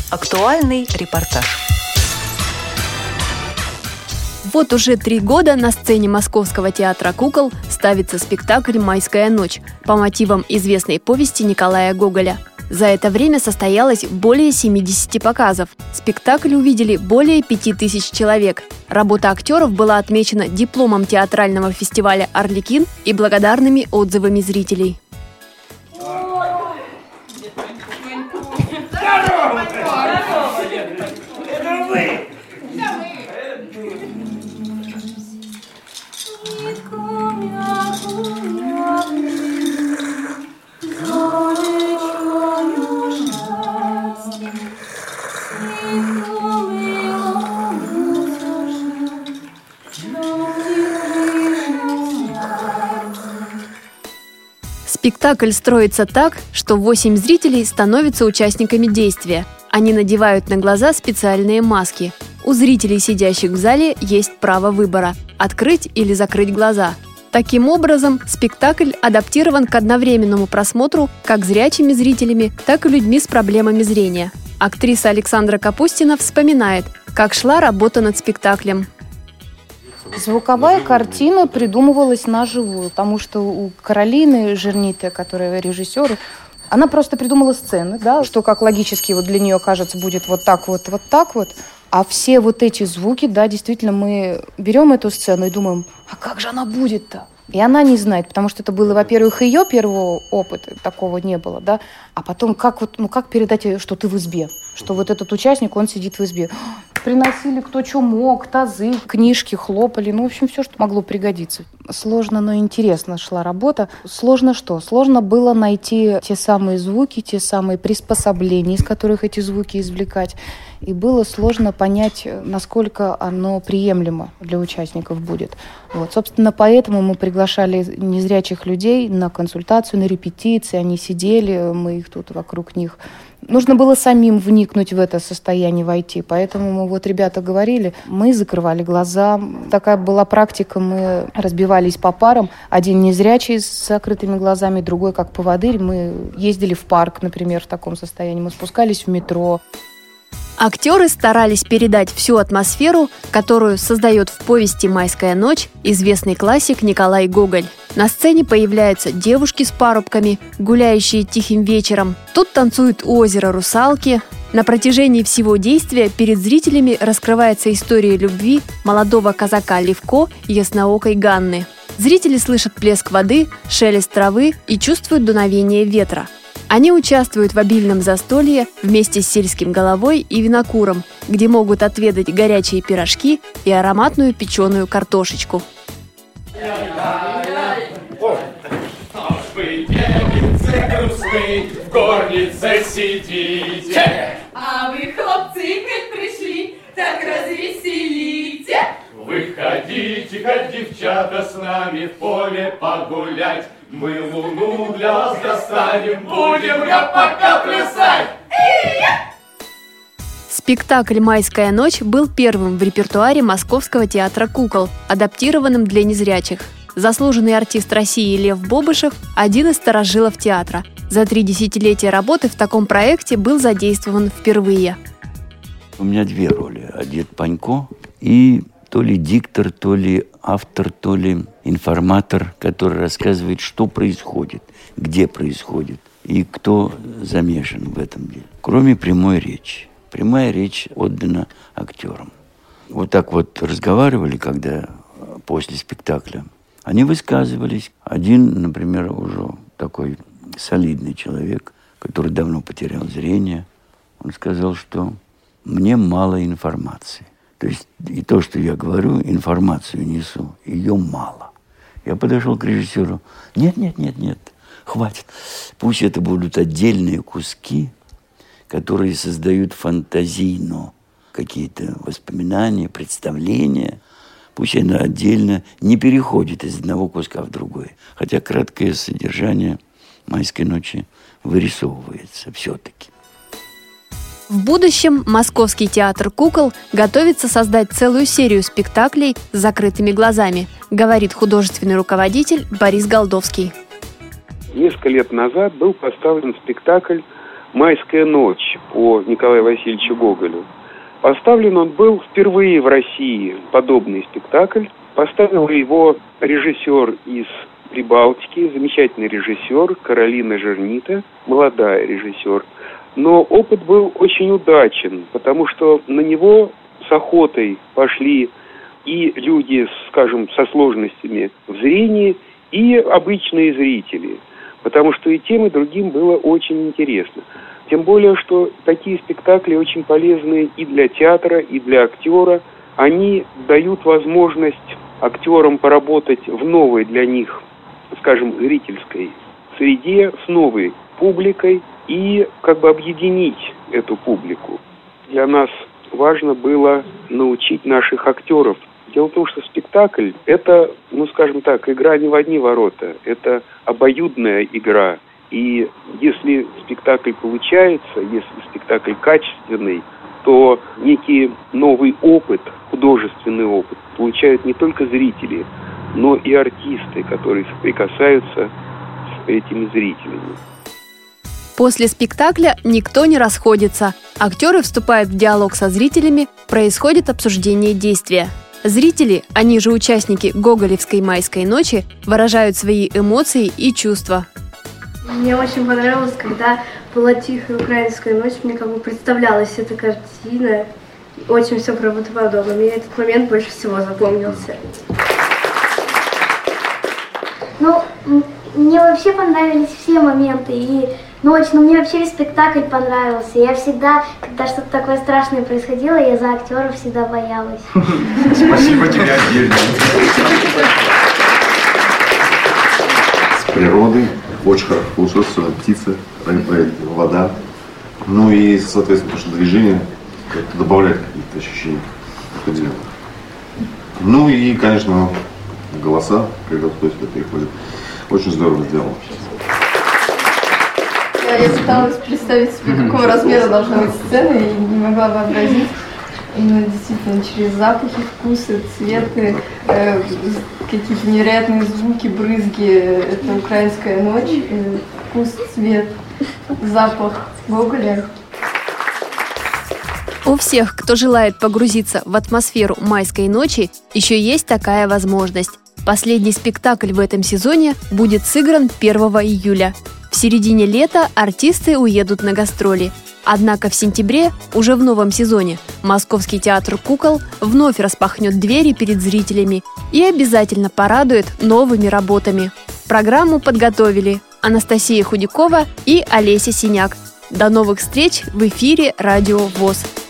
Актуальный репортаж. Вот уже 3 года на сцене Московского театра кукол ставится спектакль «Майская ночь» по мотивам известной повести Николая Гоголя. За это время состоялось более 70 показов. Спектакль увидели более 5000 человек. Работа актеров была отмечена дипломом театрального фестиваля «Арлекин» и благодарными отзывами зрителей. Спектакль строится так, что 8 зрителей становятся участниками действия. Они надевают на глаза специальные маски. У зрителей, сидящих в зале, есть право выбора – открыть или закрыть глаза. Таким образом, спектакль адаптирован к одновременному просмотру как зрячими зрителями, так и людьми с проблемами зрения. Актриса Александра Капустина вспоминает, как шла работа над спектаклем. Звуковая картина придумывалась на живую, потому что у Каролины Жерниты, которая режиссер, она просто придумала сцены, да, что как логически вот для нее кажется будет вот так вот, вот так вот. А все вот эти звуки, да, действительно, мы берем эту сцену и думаем, а как же она будет-то? И она не знает, потому что это было, во-первых, ее первого опыта, такого не было, да, а потом как передать, что ты в избе, что вот этот участник, он сидит в избе. Приносили кто что мог, тазы, книжки, хлопали, в общем, все, что могло пригодиться. Сложно, но интересно шла работа. Сложно что? Сложно было найти те самые звуки, те самые приспособления, из которых эти звуки извлекать. И было сложно понять, насколько оно приемлемо для участников будет. Вот, собственно, поэтому мы приглашали незрячих людей на консультацию, на репетиции. Они сидели, мы их тут вокруг них. Нужно было самим вникнуть в это состояние, войти. Поэтому вот ребята говорили, мы закрывали глаза. Такая была практика, мы разбивались по парам. Один незрячий с закрытыми глазами, другой как поводырь. Мы ездили в парк, например, в таком состоянии. Мы спускались в метро. Актеры старались передать всю атмосферу, которую создает в повести «Майская ночь» известный классик Николай Гоголь. На сцене появляются девушки с парубками, гуляющие тихим вечером. Тут танцуют у озера русалки. На протяжении всего действия перед зрителями раскрывается история любви молодого казака Левко и ясноокой Ганны. Зрители слышат плеск воды, шелест травы и чувствуют дуновение ветра. Они участвуют в обильном застолье вместе с сельским головой и винокуром, где могут отведать горячие пирожки и ароматную печеную картошечку. Вы, девицы грустные, в горнице сидите. А вы, хлопцы, как пришли, так развеселите. Выходите-ка, девчата, с нами в поле погулять. Мы луну для вас достанем, будем пока плясать. Спектакль «Майская ночь» был первым в репертуаре Московского театра кукол, адаптированным для незрячих. Заслуженный артист России Лев Бобышев – один из старожилов театра. За 3 десятилетия работы в таком проекте был задействован впервые. У меня 2 роли. Одет Панько и то ли диктор, то ли автор, то ли информатор, который рассказывает, что происходит, где происходит и кто замешан в этом деле. Кроме прямой речи. Прямая речь отдана актерам. Вот так вот разговаривали, когда после спектакля. Они высказывались. Один, например, уже такой солидный человек, который давно потерял зрение, он сказал, что мне мало информации. То есть и то, что я говорю, информацию несу, ее мало. Я подошел к режиссеру. Нет, хватит. Пусть это будут отдельные куски, которые создают фантазийно какие-то воспоминания, представления. Пусть она отдельно не переходит из одного куска в другой. Хотя краткое содержание «Майской ночи» вырисовывается все-таки. В будущем Московский театр кукол готовится создать целую серию спектаклей с закрытыми глазами, говорит художественный руководитель Борис Голдовский. Несколько лет назад был поставлен спектакль «Майская ночь» по Николаю Васильевичу Гоголю. Поставлен он был впервые в России, подобный спектакль. Поставил его режиссер из Прибалтики, замечательный режиссер Каролина Жернита, молодая режиссер. Но опыт был очень удачен, потому что на него с охотой пошли и люди, скажем, со сложностями в зрении, и обычные зрители. Потому что и тем, и другим было очень интересно. Тем более, что такие спектакли очень полезны и для театра, и для актера. Они дают возможность актерам поработать в новой для них, скажем, зрительской среде, с новой публикой и как бы объединить эту публику. Для нас важно было научить наших актеров. Дело в том, что спектакль – это, скажем так, игра не в одни ворота, это обоюдная игра. И если спектакль получается, если спектакль качественный, то некий новый опыт, художественный опыт получают не только зрители, но и артисты, которые соприкасаются с этими зрителями. После спектакля никто не расходится. Актеры вступают в диалог со зрителями, происходит обсуждение действия. Зрители, они же участники Гоголевской майской ночи, выражают свои эмоции и чувства. Мне очень понравилось, когда была тихая украинская ночь, мне как бы представлялась эта картина. Очень все правдоподобно. Мне этот момент больше всего запомнился. Мне вообще понравились все моменты и ночь, но мне вообще весь спектакль понравился. Я всегда, когда что-то такое страшное происходило, я за актеров всегда боялась. Спасибо тебе отдельно. С природой очень хорошо, птицы, вода. Ну и, соответственно, потому что движение добавляет какие-то ощущения определенные. Ну и, конечно, голоса, когда кто-то переходит. Очень здорово сделано. Я пыталась представить себе, какого размера должна быть сцена, и не могла вообразить. Именно действительно через запахи, вкусы, цветы, какие-то невероятные звуки, брызги. Это украинская ночь, вкус, цвет, запах Гоголя. У всех, кто желает погрузиться в атмосферу майской ночи, еще есть такая возможность. Последний спектакль в этом сезоне будет сыгран 1 июля. В середине лета артисты уедут на гастроли. Однако в сентябре, уже в новом сезоне, Московский театр кукол вновь распахнет двери перед зрителями и обязательно порадует новыми работами. Программу подготовили Анастасия Худякова и Олеся Синяк. До новых встреч в эфире Радио ВОС.